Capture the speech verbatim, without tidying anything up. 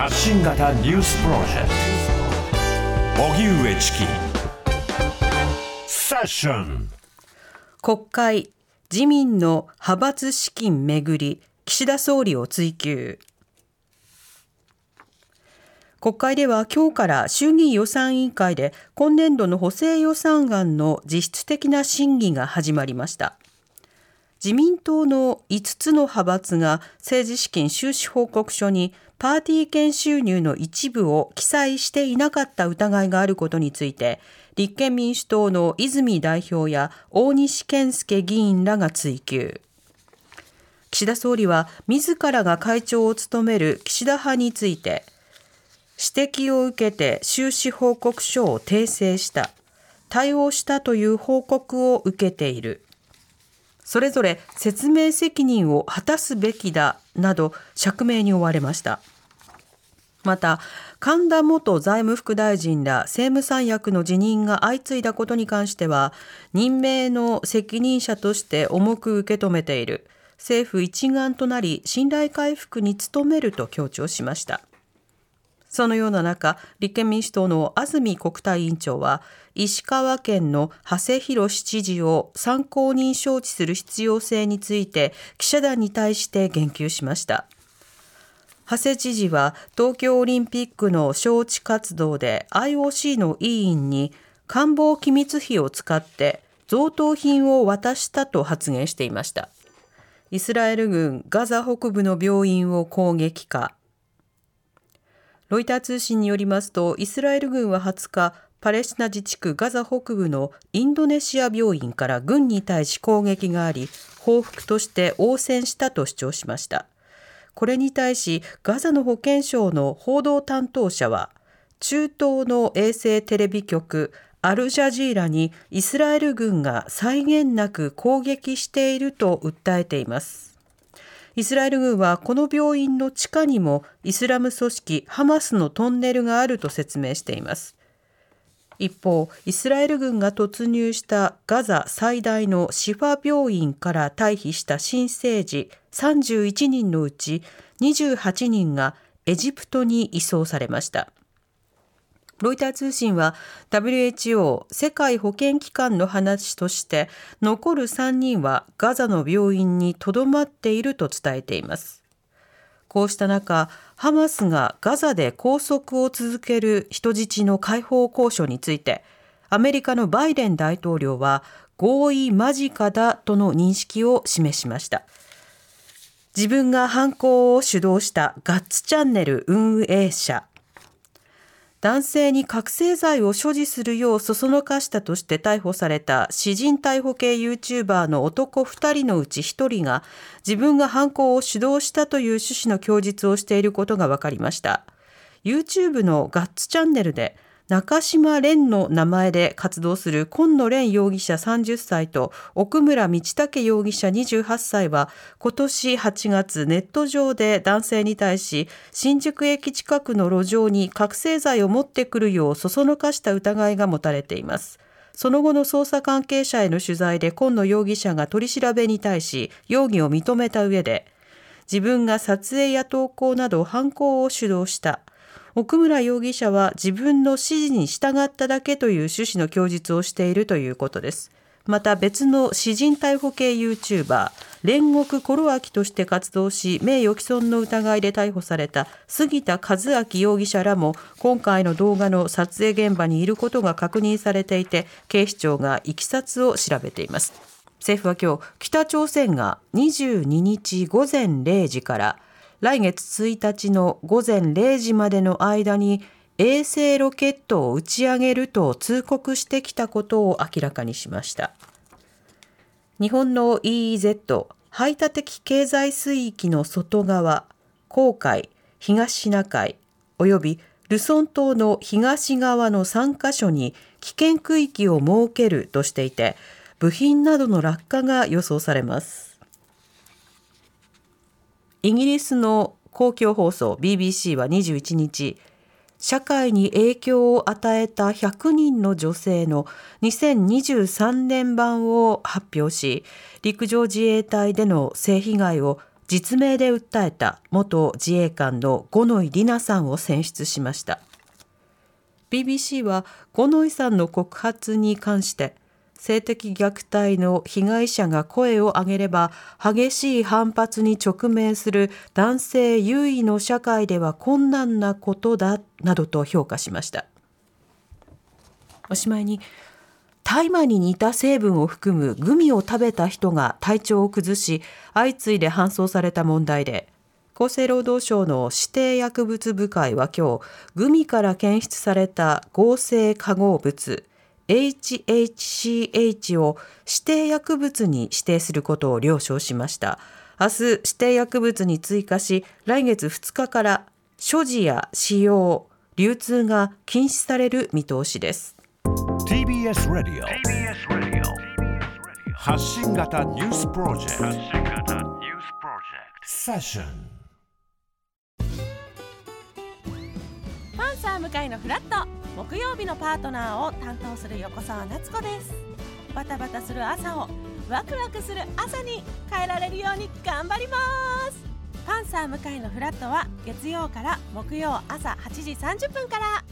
発信型ニュースプロジェクト荻上チキセッション。 国会自民の派閥資金めぐり岸田総理を追及。国会では今日から衆議院予算委員会で今年度の補正予算案の実質的な審議が始まりました。自民党のいつつの派閥が政治資金収支報告書にパーティー券収入の一部を記載していなかった疑いがあることについて、立憲民主党の泉代表や大西健介議員らが追及。岸田総理は自らが会長を務める岸田派について、指摘を受けて収支報告書を訂正した、対応したという報告を受けている、それぞれ説明責任を果たすべきだなど釈明に追われました。また神田元財務副大臣ら政務三役の辞任が相次いだことに関しては、任命の責任者として重く受け止めている、政府一丸となり信頼回復に努めると強調しました。そのような中、立憲民主党の安住国対委員長は、石川県の馳浩知事を参考人招致する必要性について記者団に対して言及しました。馳知事は東京オリンピックの招致活動で アイオーシー の委員に官房機密費を使って贈答品を渡したと発言していました。イスラエル軍ガザ北部の病院を攻撃か。ロイター通信によりますと、イスラエル軍ははつか、パレスチナ自治区ガザ北部のインドネシア病院から軍に対し攻撃があり、報復として応戦したと主張しました。これに対し、ガザの保健省の報道担当者は、中東の衛星テレビ局アルジャジーラにイスラエル軍が際限なく攻撃していると訴えています。イスラエル軍はこの病院の地下にもイスラム組織ハマスのトンネルがあると説明しています。一方、イスラエル軍が突入したガザ最大のシファ病院から退避した新生児さんじゅういちにんのうちにじゅうはちにんがエジプトに移送されました。ロイター通信は ダブリューエイチオー 世界保健機関の話として、残るさんにんはガザの病院にとどまっていると伝えています。こうした中、ハマスがガザで拘束を続ける人質の解放交渉について、アメリカのバイデン大統領は合意間近だとの認識を示しました。自分が犯行を主導したガッツチャンネル運営者、男性に覚醒剤を所持するようそそのかしたとして逮捕された私人逮捕系 YouTuber の男ふたりのうちひとりが自分が犯行を主導したという趣旨の供述をしていることが分かりました。 YouTube のガッツチャンネルで中島蓮の名前で活動する今野蓮容疑者さんじゅっさいと奥村道武容疑者にじゅうはっさいは今年はちがつ、ネット上で男性に対し新宿駅近くの路上に覚醒剤を持ってくるようそそのかした疑いが持たれています。その後の捜査関係者への取材で今野容疑者が取り調べに対し容疑を認めた上で、自分が撮影や投稿など犯行を主導した、奥村容疑者は自分の指示に従っただけという趣旨の供述をしているということです。また別の私人逮捕系 YouTuber 煉獄コロアキとして活動し名誉毀損の疑いで逮捕された杉田和明容疑者らも今回の動画の撮影現場にいることが確認されていて、警視庁がいきさつを調べています。政府は今日、北朝鮮がにじゅうににちごぜんれいじから来月ついたちのごぜんれいじまでの間に衛星ロケットを打ち上げると通告してきたことを明らかにしました。日本の イーイーゼット 排他的経済水域の外側、黄海、東シナ海およびルソン島の東側のさんかしょに危険区域を設けるとしていて、部品などの落下が予想されます。イギリスの公共放送 ビービーシー はにじゅういちにち、社会に影響を与えたひゃくにんの女性のにせんにじゅうさんねん版を発表し、陸上自衛隊での性被害を実名で訴えた元自衛官の五ノ井里奈さんを選出しました。 ビービーシー は五ノ井さんの告発に関して、性的虐待の被害者が声を上げれば激しい反発に直面する男性優位の社会では困難なことだなどと評価しました。おしまいに、大麻に似た成分を含むグミを食べた人が体調を崩し相次いで搬送された問題で、厚生労働省の指定薬物部会は今日、グミから検出された合成化合物エイチエイチシーエイチ を指定薬物に指定することを了承しました。明日指定薬物に追加し、来月ふつかから所持や使用、流通が禁止される見通しです。 ティービーエス ラジオ 発信型ニュースプロジェクトセッション。 パンサー向井のフラット、木曜日のパートナーを担当する横澤夏子です。バタバタする朝をワクワクする朝に変えられるように頑張ります。パンサー向井のフラットは月曜から木曜朝はちじさんじゅっぷんから。